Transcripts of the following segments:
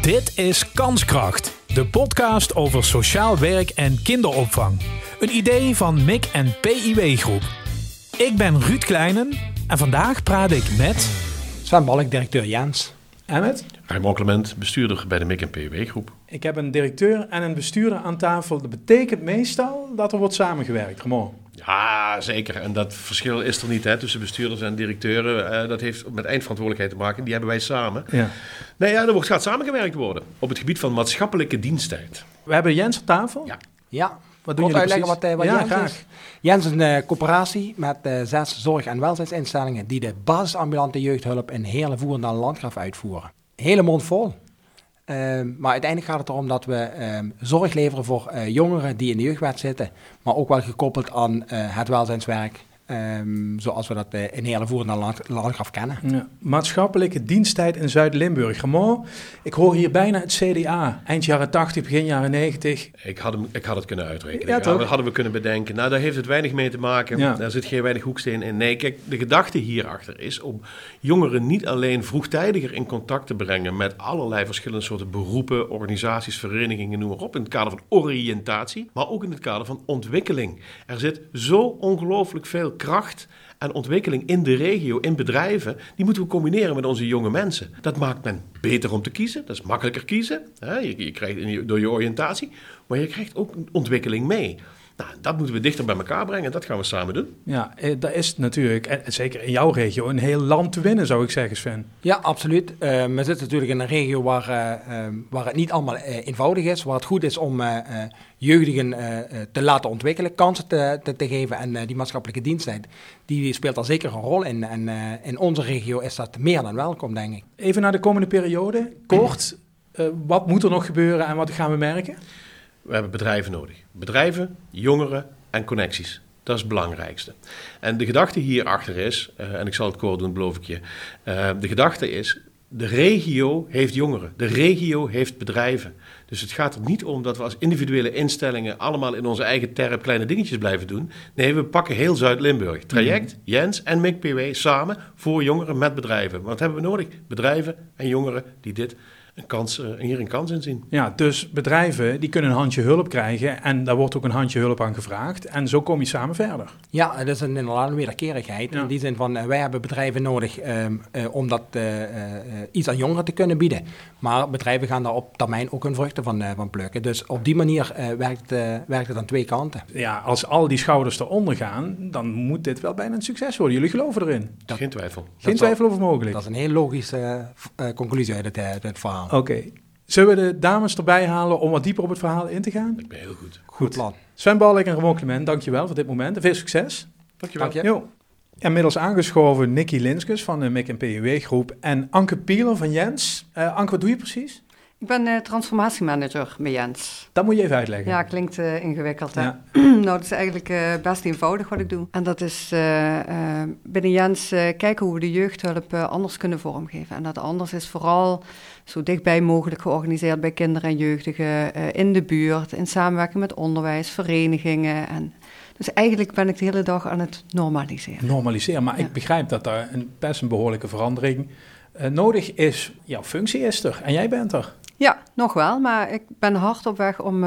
Dit is Kanskracht, de podcast over sociaal werk en kinderopvang. Een idee van MIC en PIW Groep. Ik ben Ruud Kleinen en vandaag praat ik met... Sven Balk, directeur Jens. En met? Raymond Clement, bestuurder bij de MIC en PIW Groep. Ik heb een directeur en een bestuurder aan tafel. Dat betekent meestal dat er wordt samengewerkt. Ramon. Ja, zeker. En dat verschil is er niet tussen bestuurders en directeuren. Dat heeft met eindverantwoordelijkheid te maken. Die hebben wij samen. Ja. Nee, ja, er gaat samengewerkt worden op het gebied van maatschappelijke diensttijd. We hebben Jens op tafel. Ja. Wat doen jullie precies? Wat ja, Jens graag. is? Jens is een coöperatie met 6 zorg- en welzijnsinstellingen die de basisambulante jeugdhulp in Heerlen-Voer naar Landgraaf uitvoeren. Hele mond vol. Maar uiteindelijk gaat het erom dat we zorg leveren voor jongeren die in de jeugdwet zitten, maar ook wel gekoppeld aan het welzijnswerk, zoals we dat in Heerlen-Voer naar Landgraaf kennen. Ja. Maatschappelijke diensttijd in Zuid-Limburg. Ramon, ik hoor hier bijna het CDA. Eind jaren 80, begin jaren 90. Ik had het kunnen uitrekenen. Ja, toch? Dat hadden we kunnen bedenken. Nou, daar heeft het weinig mee te maken. Ja. Daar zit geen weinig hoeksteen in. Nee, kijk, de gedachte hierachter is om jongeren niet alleen vroegtijdiger in contact te brengen met allerlei verschillende soorten beroepen, organisaties, verenigingen, noem maar op, in het kader van oriëntatie, maar ook in het kader van ontwikkeling. Er zit zo ongelooflijk veel kracht en ontwikkeling in de regio, in bedrijven, die moeten we combineren met onze jonge mensen. Dat maakt men beter om te kiezen, dat is makkelijker kiezen. Je krijgt door je oriëntatie, maar je krijgt ook ontwikkeling mee. Nou, dat moeten we dichter bij elkaar brengen, dat gaan we samen doen. Ja, dat is natuurlijk, zeker in jouw regio, een heel land te winnen, zou ik zeggen, Sven. Ja, absoluut. We zitten natuurlijk in een regio waar het niet allemaal eenvoudig is, waar het goed is om jeugdigen te laten ontwikkelen, kansen te geven. En die maatschappelijke diensttijd, die speelt daar zeker een rol in. En in onze regio is dat meer dan welkom, denk ik. Even naar de komende periode, kort. Wat moet er nog gebeuren en wat gaan we merken? We hebben bedrijven nodig. Bedrijven, jongeren en connecties. Dat is het belangrijkste. En de gedachte hierachter is, en ik zal het kort doen, beloof ik je. De gedachte is, de regio heeft jongeren. De regio heeft bedrijven. Dus het gaat er niet om dat we als individuele instellingen allemaal in onze eigen terp kleine dingetjes blijven doen. Nee, we pakken heel Zuid-Limburg. Traject, Jens en MIC-PW samen voor jongeren met bedrijven. Wat hebben we nodig? Bedrijven en jongeren die dit hier een kans in zien. Ja, dus bedrijven die kunnen een handje hulp krijgen en daar wordt ook een handje hulp aan gevraagd. En zo kom je samen verder. Ja, het is inderdaad een wederkerigheid. Ja. In die zin van, wij hebben bedrijven nodig om dat iets aan jongeren te kunnen bieden. Maar bedrijven gaan daar op termijn ook hun vruchten van plukken. Dus op die manier werkt het aan twee kanten. Ja, als al die schouders eronder gaan, dan moet dit wel bijna een succes worden. Jullie geloven erin? Geen twijfel. Geen twijfel over mogelijk. Dat is een heel logische conclusie uit het verhaal. Oké. Zullen we de dames erbij halen om wat dieper op het verhaal in te gaan? Ik ben heel goed. Goed plan. Sven Balk en Ramon Clement, dankjewel voor dit moment. En veel succes. Dankjewel. Dank je. Jo. Inmiddels aangeschoven Nicky Linskes van de MIC en PIW Groep en Anke Pieler van Jens. Anke, wat doe je precies? Ik ben transformatiemanager bij Jens. Dat moet je even uitleggen. Ja, klinkt ingewikkeld. Hè? Ja. Nou, dat is eigenlijk best eenvoudig wat ik doe. En dat is binnen Jens kijken hoe we de jeugdhulp anders kunnen vormgeven. En dat anders is vooral zo dichtbij mogelijk georganiseerd bij kinderen en jeugdigen in de buurt, in samenwerking met onderwijs, verenigingen. Dus eigenlijk ben ik de hele dag aan het normaliseren. Normaliseren, maar Ja. ik begrijp dat daar best een behoorlijke verandering nodig is. Jouw functie is er en jij bent er. Ja, nog wel, maar ik ben hard op weg om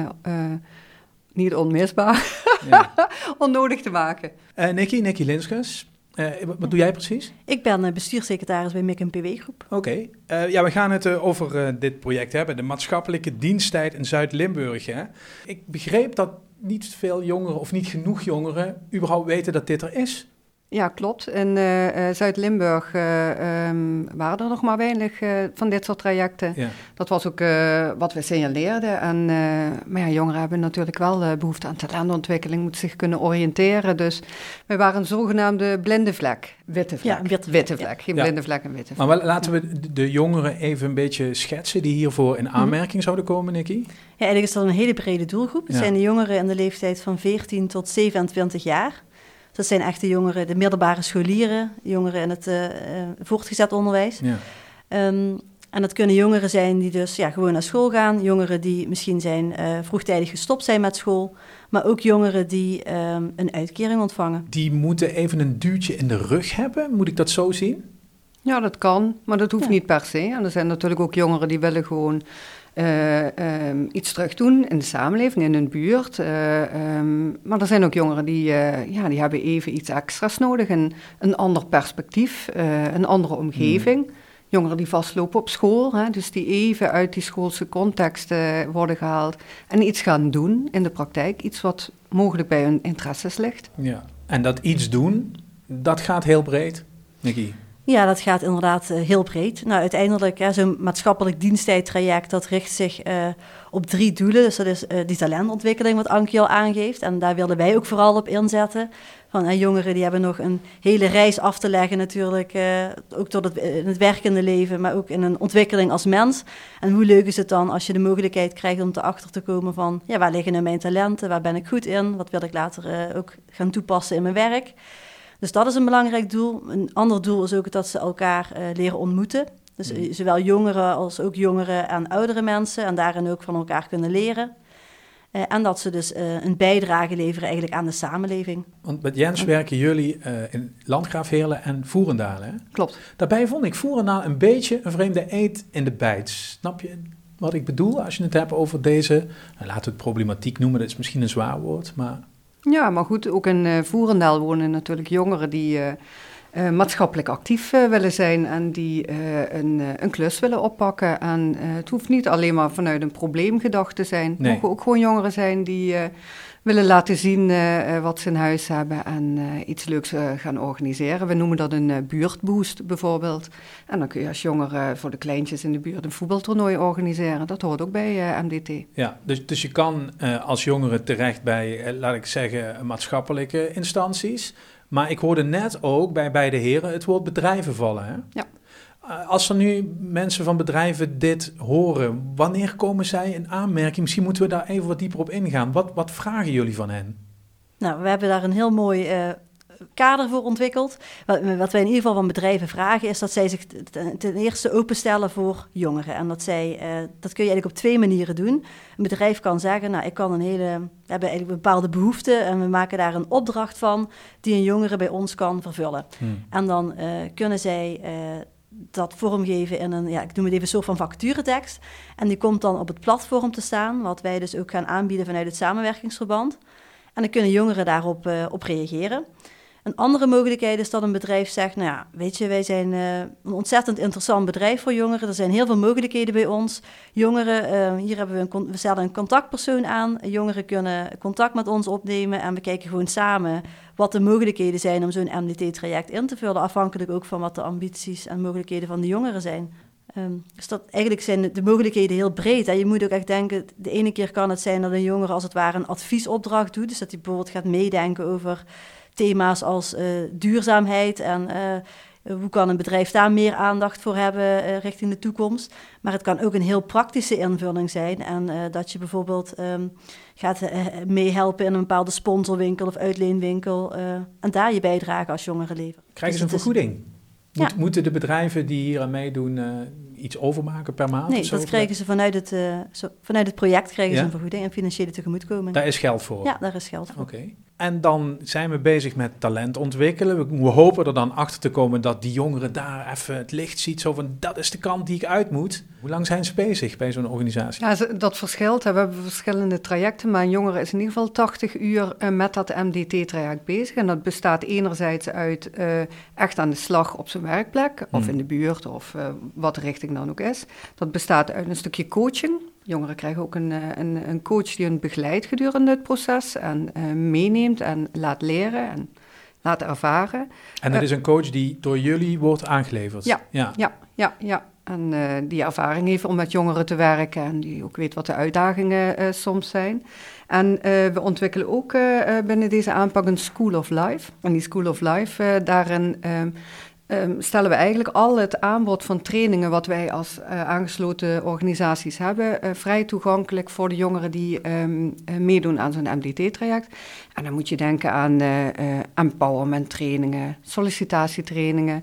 niet onmisbaar, Ja. onnodig te maken. Nicky Linskes, wat doe jij precies? Ik ben bestuurssecretaris bij MIC en PW Groep. Oké. Ja, we gaan het over dit project hebben, de maatschappelijke diensttijd in Zuid-Limburg. Hè? Ik begreep dat niet veel jongeren of niet genoeg jongeren überhaupt weten dat dit er is. Ja, klopt. In Zuid-Limburg waren er nog maar weinig van dit soort trajecten. Ja. Dat was ook wat we signaleerden. Maar ja, jongeren hebben natuurlijk wel behoefte aan talentontwikkeling, moeten zich kunnen oriënteren. Dus wij waren een zogenaamde blinde vlek. Witte vlek. Ja, witte vlek, Witte vlek. Geen Ja. blinde vlek, een witte vlek. Maar laten we de jongeren even een beetje schetsen die hiervoor in aanmerking zouden komen, Nicky. Ja, eigenlijk is dat een hele brede doelgroep. Het Ja. zijn de jongeren in de leeftijd van 14 tot 27 jaar. Dat zijn echt de jongeren, de middelbare scholieren, jongeren in het voortgezet onderwijs. Ja. En dat kunnen jongeren zijn die dus gewoon naar school gaan. Jongeren die misschien vroegtijdig gestopt zijn met school. Maar ook jongeren die een uitkering ontvangen. Die moeten even een duwtje in de rug hebben, moet ik dat zo zien? Ja, dat kan, maar dat hoeft niet per se. En er zijn natuurlijk ook jongeren die willen gewoon iets terug doen in de samenleving, in hun buurt. Maar er zijn ook jongeren die hebben even iets extra's nodig. Een ander perspectief, een andere omgeving. Jongeren die vastlopen op school, dus die even uit die schoolse context worden gehaald. En iets gaan doen in de praktijk. Iets wat mogelijk bij hun interesses ligt. Ja, en dat iets doen, dat gaat heel breed, Nikki. Ja, dat gaat inderdaad heel breed. Nou, uiteindelijk, zo'n maatschappelijk diensttijdtraject, dat richt zich op 3 doelen. Dus dat is die talentontwikkeling, wat Ankie al aangeeft. En daar wilden wij ook vooral op inzetten. Van jongeren die hebben nog een hele reis af te leggen natuurlijk. Ook tot in het werkende leven, maar ook in een ontwikkeling als mens. En hoe leuk is het dan als je de mogelijkheid krijgt om erachter te komen van... ja, waar liggen nu mijn talenten? Waar ben ik goed in? Wat wil ik later ook gaan toepassen in mijn werk? Dus dat is een belangrijk doel. Een ander doel is ook dat ze elkaar leren ontmoeten. Dus zowel jongeren als ook jongeren en oudere mensen. En daarin ook van elkaar kunnen leren. En dat ze dus een bijdrage leveren eigenlijk aan de samenleving. Want met Jens werken jullie in Landgraaf Heerlen en Voerendalen, hè? Klopt. Daarbij vond ik Voerendaal een beetje een vreemde eend in de bijt. Snap je wat ik bedoel als je het hebt over deze... laten we het problematiek noemen, dat is misschien een zwaar woord, maar... Ja, maar goed, ook in Voerendaal wonen natuurlijk jongeren die maatschappelijk actief willen zijn en die een klus willen oppakken. En het hoeft niet alleen maar vanuit een probleemgedachte te zijn. Het mogen ook gewoon jongeren zijn die willen laten zien wat ze in huis hebben en iets leuks gaan organiseren. We noemen dat een buurtboost bijvoorbeeld. En dan kun je als jongere voor de kleintjes in de buurt een voetbaltoernooi organiseren. Dat hoort ook bij MDT. Ja, dus je kan als jongere terecht bij, laat ik zeggen, maatschappelijke instanties. Maar ik hoorde net ook bij beide heren het woord bedrijven vallen, hè? Ja. Als er nu mensen van bedrijven dit horen, wanneer komen zij in aanmerking? Misschien moeten we daar even wat dieper op ingaan. Wat vragen jullie van hen? Nou, we hebben daar een heel mooi kader voor ontwikkeld. Wat wij in ieder geval van bedrijven vragen is dat zij zich ten eerste openstellen voor jongeren. En dat kun je eigenlijk op 2 manieren doen. Een bedrijf kan zeggen, nou, we hebben eigenlijk bepaalde behoeften en we maken daar een opdracht van die een jongere bij ons kan vervullen. En dan kunnen zij dat vormgeven in ik noem het even een soort van vacaturetekst. En die komt dan op het platform te staan, wat wij dus ook gaan aanbieden vanuit het samenwerkingsverband. En dan kunnen jongeren daarop op reageren. Een andere mogelijkheid is dat een bedrijf zegt, nou ja, weet je, wij zijn een ontzettend interessant bedrijf voor jongeren. Er zijn heel veel mogelijkheden bij ons. Jongeren, hier hebben we stellen een contactpersoon aan. Jongeren kunnen contact met ons opnemen en we kijken gewoon samen wat de mogelijkheden zijn om zo'n MDT-traject in te vullen. Afhankelijk ook van wat de ambities en mogelijkheden van de jongeren zijn. Dus eigenlijk zijn de mogelijkheden heel breed. Hè. Je moet ook echt denken, de ene keer kan het zijn dat een jongere als het ware een adviesopdracht doet. Dus dat hij bijvoorbeeld gaat meedenken over thema's als duurzaamheid en hoe kan een bedrijf daar meer aandacht voor hebben richting de toekomst. Maar het kan ook een heel praktische invulling zijn en dat je bijvoorbeeld gaat meehelpen in een bepaalde sponsorwinkel of uitleenwinkel en daar je bijdrage als jongere leveren. Krijgen ze een vergoeding? Moeten de bedrijven die hier aan meedoen iets overmaken per maand? Nee, dat krijgen ze vanuit het project krijgen ze een vergoeding en financiële tegemoetkoming. Daar is geld voor? Ja, daar is geld voor. Oké. En dan zijn we bezig met talent ontwikkelen. We hopen er dan achter te komen dat die jongeren daar even het licht ziet. Zo van, dat is de kant die ik uit moet. Hoe lang zijn ze bezig bij zo'n organisatie? Ja, dat verschilt. We hebben verschillende trajecten, maar een jongere is in ieder geval 80 uur met dat MDT-traject bezig. En dat bestaat enerzijds uit echt aan de slag op zijn werkplek, of in de buurt, of wat de richting dan ook is. Dat bestaat uit een stukje coaching. Jongeren krijgen ook een coach die hen begeleidt gedurende het proces en meeneemt en laat leren en laat ervaren. En dat is een coach die door jullie wordt aangeleverd? Ja. En die ervaring heeft om met jongeren te werken en die ook weet wat de uitdagingen soms zijn. En we ontwikkelen ook binnen deze aanpak een School of Life. En die School of Life, daarin stellen we eigenlijk al het aanbod van trainingen wat wij als aangesloten organisaties hebben, vrij toegankelijk voor de jongeren die meedoen aan zo'n MDT-traject. En dan moet je denken aan empowerment trainingen, sollicitatietrainingen,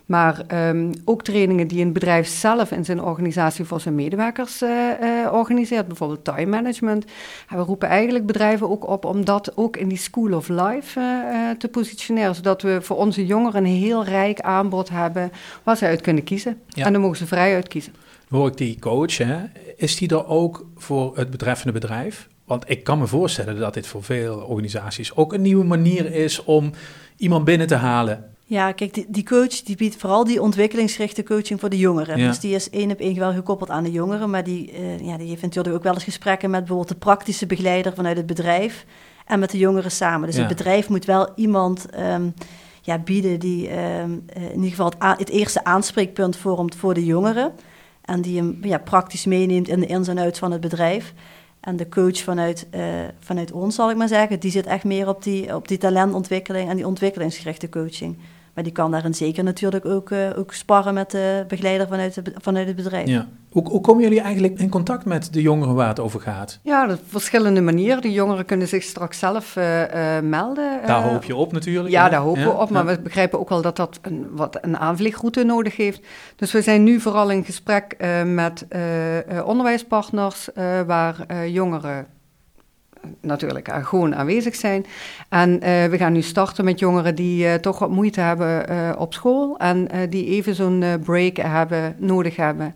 Maar ook trainingen die een bedrijf zelf in zijn organisatie voor zijn medewerkers organiseert. Bijvoorbeeld time management. En we roepen eigenlijk bedrijven ook op om dat ook in die School of Life te positioneren. Zodat we voor onze jongeren een heel rijk aanbod hebben waar ze uit kunnen kiezen. Ja. En dan mogen ze vrij uit kiezen. Hoor ik die coach, hè? Is die er ook voor het betreffende bedrijf? Want ik kan me voorstellen dat dit voor veel organisaties ook een nieuwe manier is om iemand binnen te halen. Ja, kijk, die coach die biedt vooral die ontwikkelingsgerichte coaching voor de jongeren. Ja. Dus die is 1 op 1 wel gekoppeld aan de jongeren. Maar die heeft natuurlijk ook wel eens gesprekken met bijvoorbeeld de praktische begeleider vanuit het bedrijf en met de jongeren samen. Dus het bedrijf moet wel iemand bieden die in ieder geval het eerste aanspreekpunt vormt voor de jongeren. En die hem praktisch meeneemt in de ins en outs van het bedrijf. En de coach vanuit ons, zal ik maar zeggen, die zit echt meer op die talentontwikkeling en die ontwikkelingsgerichte coaching. Maar die kan daarin zeker natuurlijk ook sparren met de begeleider vanuit het bedrijf. Ja. Hoe komen jullie eigenlijk in contact met de jongeren waar het over gaat? Ja, op verschillende manieren. De jongeren kunnen zich straks zelf melden. Daar hoop je op natuurlijk. Ja, daar hopen we op. Maar we begrijpen ook wel dat een aanvliegroute nodig heeft. Dus we zijn nu vooral in gesprek met onderwijspartners waar jongeren natuurlijk gewoon aanwezig zijn. En we gaan nu starten met jongeren die toch wat moeite hebben op school en die even zo'n break nodig hebben.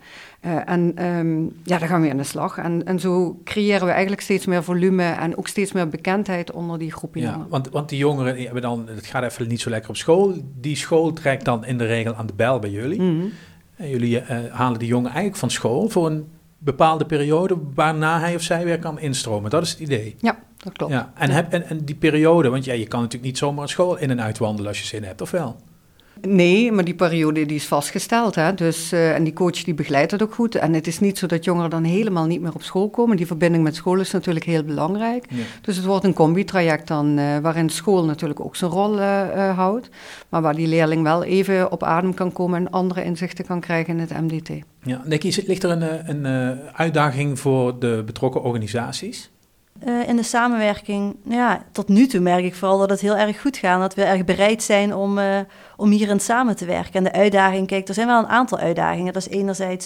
Daar gaan we aan de slag. En zo creëren we eigenlijk steeds meer volume en ook steeds meer bekendheid onder die groep jongeren. Want die jongeren die hebben dan, het gaat even niet zo lekker op school. Die school trekt dan in de regel aan de bel bij jullie. Mm-hmm. En jullie halen die jongen eigenlijk van school voor een bepaalde periode waarna hij of zij weer kan instromen. Dat is het idee. Ja, dat klopt. Ja, en die periode, want je kan natuurlijk niet zomaar school in en uitwandelen als je zin hebt, of wel? Nee, maar die periode die is vastgesteld. Hè? Dus, en die coach die begeleidt het ook goed. En het is niet zo dat jongeren dan helemaal niet meer op school komen. Die verbinding met school is natuurlijk heel belangrijk. Ja. Dus het wordt een combi-traject dan, waarin school natuurlijk ook zijn rol houdt. Maar waar die leerling wel even op adem kan komen en andere inzichten kan krijgen in het MDT. Ja, Nicky, ligt er een uitdaging voor de betrokken organisaties? In de samenwerking, tot nu toe merk ik vooral dat het heel erg goed gaat. Dat we erg bereid zijn om hierin samen te werken. En de uitdaging, kijk, er zijn wel een aantal uitdagingen. Dat is enerzijds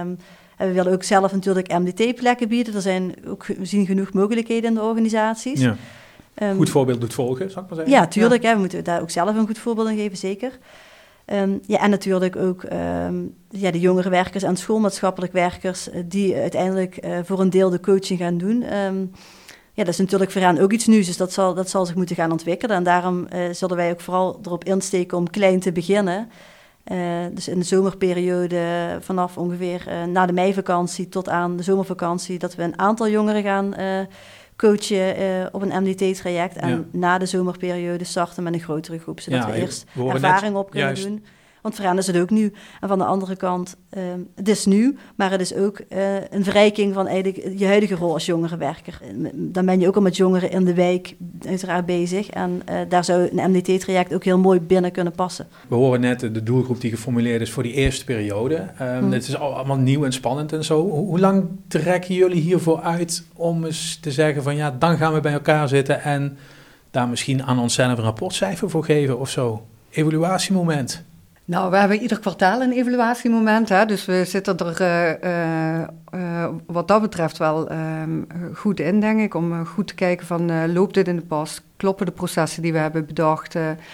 we willen ook zelf natuurlijk MDT-plekken bieden. We zien genoeg mogelijkheden in de organisaties. Ja. Goed voorbeeld doet volgen, zou ik maar zeggen. Ja, tuurlijk. Ja. We moeten daar ook zelf een goed voorbeeld in geven, zeker. En natuurlijk ook de jongere werkers en schoolmaatschappelijk werkers die uiteindelijk voor een deel de coaching gaan doen. Dat is natuurlijk voor hen ook iets nieuws, dus dat zal zich moeten gaan ontwikkelen. En daarom zullen wij ook vooral erop insteken om klein te beginnen. Dus in de zomerperiode vanaf ongeveer na de meivakantie tot aan de zomervakantie, dat we een aantal jongeren gaan coachen op een MDT-traject. En na de zomerperiode starten met een grotere groep, zodat we eerst ervaring op kunnen doen. Want voor hen is het ook nieuw. En van de andere kant, het is nieuw, maar het is ook een verrijking van eigenlijk je huidige rol als jongerenwerker. Dan ben je ook al met jongeren in de wijk uiteraard bezig. En daar zou een MDT-traject ook heel mooi binnen kunnen passen. We horen net de doelgroep die geformuleerd is voor die eerste periode. Het is allemaal nieuw en spannend en zo. Hoe lang trekken jullie hiervoor uit om eens te zeggen van dan gaan we bij elkaar zitten en daar misschien aan onszelf een rapportcijfer voor geven of zo? Evaluatiemoment. Nou, we hebben ieder kwartaal een evaluatiemoment, hè? Dus we zitten er wat dat betreft wel goed in, denk ik, om goed te kijken van loopt dit in de pas, kloppen de processen die we hebben bedacht.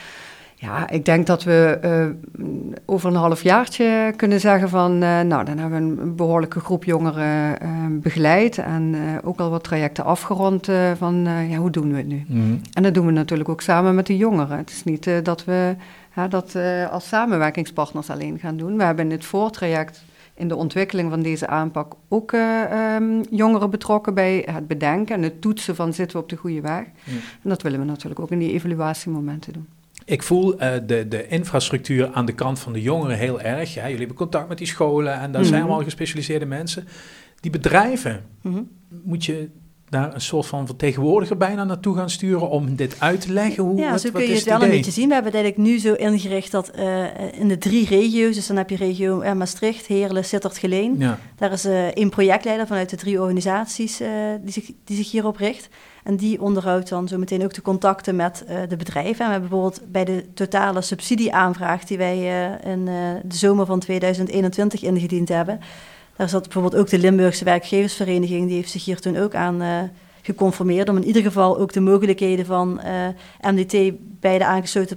Ik denk dat we over een halfjaartje kunnen zeggen van, dan hebben we een behoorlijke groep jongeren begeleid en ook al wat trajecten afgerond van, hoe doen we het nu? Mm-hmm. En dat doen we natuurlijk ook samen met de jongeren. Het is niet dat we dat als samenwerkingspartners alleen gaan doen. We hebben in het voortraject in de ontwikkeling van deze aanpak ook jongeren betrokken bij het bedenken en het toetsen van zitten we op de goede weg. Ja. En dat willen we natuurlijk ook in die evaluatiemomenten doen. Ik voel de infrastructuur aan de kant van de jongeren heel erg. Ja, jullie hebben contact met die scholen en daar zijn allemaal gespecialiseerde mensen. Die bedrijven, moet je daar een soort van vertegenwoordiger bijna naartoe gaan sturen om dit uit te leggen? Zo kun je het wel een beetje zien. We hebben het eigenlijk nu zo ingericht dat in de 3 regio's, dus dan heb je regio Maastricht, Heerlen, Sittard, Geleen. Ja. Daar is 1 projectleider vanuit de 3 organisaties die zich hierop richt. En die onderhoudt dan zo meteen ook de contacten met de bedrijven. En we hebben bijvoorbeeld bij de totale subsidieaanvraag die wij in de zomer van 2021 ingediend hebben. Daar zat bijvoorbeeld ook de Limburgse Werkgeversvereniging, die heeft zich hier toen ook aan geconformeerd om in ieder geval ook de mogelijkheden van MDT bij de aangesloten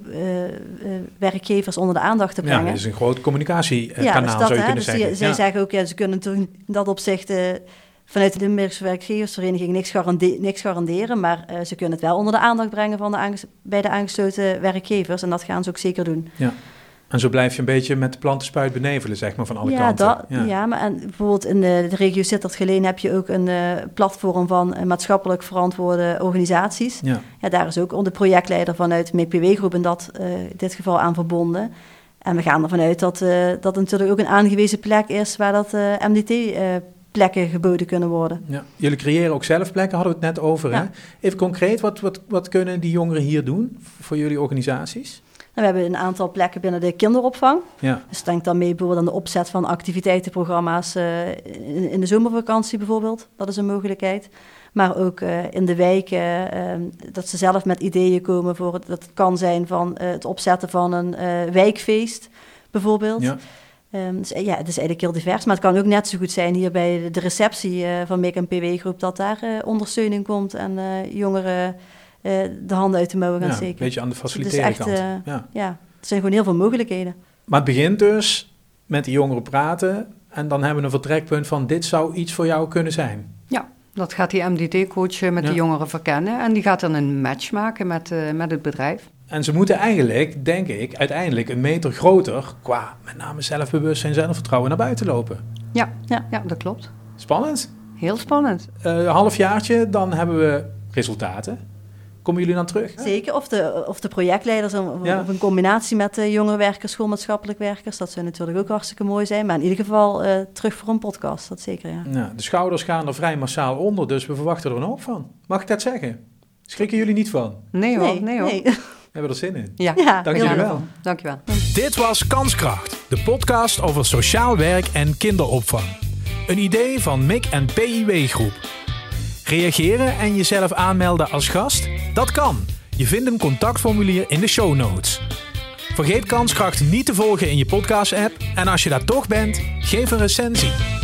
werkgevers onder de aandacht te brengen. Ja, dat is een groot communicatiekanaal, zou je kunnen zeggen. Zij zeggen ook, ze kunnen natuurlijk in dat opzicht vanuit de Limburgse Werkgeversvereniging niks garanderen, maar ze kunnen het wel onder de aandacht brengen bij de aangesloten werkgevers en dat gaan ze ook zeker doen. Ja. En zo blijf je een beetje met de plantenspuit benevelen, zeg maar, van alle kanten. Maar en bijvoorbeeld in de regio Sittard-Geleen heb je ook een platform van maatschappelijk verantwoorde organisaties. Ja, daar is ook de projectleider vanuit MPW-groep in dit geval aan verbonden. En we gaan ervan uit dat dat natuurlijk ook een aangewezen plek is waar dat MDT-plekken geboden kunnen worden. Ja. Jullie creëren ook zelf plekken, hadden we het net over. Ja. Hè? Even concreet, wat kunnen die jongeren hier doen voor jullie organisaties? We hebben een aantal plekken binnen de kinderopvang. Ja. Dus denk dan mee bijvoorbeeld aan de opzet van activiteitenprogramma's in de zomervakantie bijvoorbeeld. Dat is een mogelijkheid. Maar ook in de wijken, dat ze zelf met ideeën komen voor dat kan zijn van het opzetten van een wijkfeest bijvoorbeeld. Ja. Dus het is eigenlijk heel divers. Maar het kan ook net zo goed zijn hier bij de receptie van MIC en PW-groep dat daar ondersteuning komt en jongeren de handen uit de mouwen gaan steken. Een beetje aan de faciliterende kant. Er zijn gewoon heel veel mogelijkheden. Maar het begint dus met die jongeren praten en dan hebben we een vertrekpunt van dit zou iets voor jou kunnen zijn. Ja, dat gaat die MDT-coach met de jongeren verkennen en die gaat dan een match maken met het bedrijf. En ze moeten eigenlijk, denk ik, uiteindelijk een meter groter qua met name zelfbewustzijn, zelfvertrouwen naar buiten lopen. Ja, dat klopt. Spannend? Heel spannend. Een halfjaartje, dan hebben we resultaten. Komen jullie dan terug? Zeker, of de projectleiders of een combinatie met jonge werkers, schoolmaatschappelijk werkers. Dat zou natuurlijk ook hartstikke mooi zijn. Maar in ieder geval terug voor een podcast, dat zeker, ja. De schouders gaan er vrij massaal onder, dus we verwachten er een hoop van. Mag ik dat zeggen? Schrikken jullie niet van? Nee hoor. We hebben er zin in. Ja, dank jullie wel. Dank je wel. Dit was Kanskracht, de podcast over sociaal werk en kinderopvang. Een idee van MIC en PIW Groep. Reageren en jezelf aanmelden als gast? Dat kan. Je vindt een contactformulier in de show notes. Vergeet Kanskracht niet te volgen in je podcast-app. En als je daar toch bent, geef een recensie.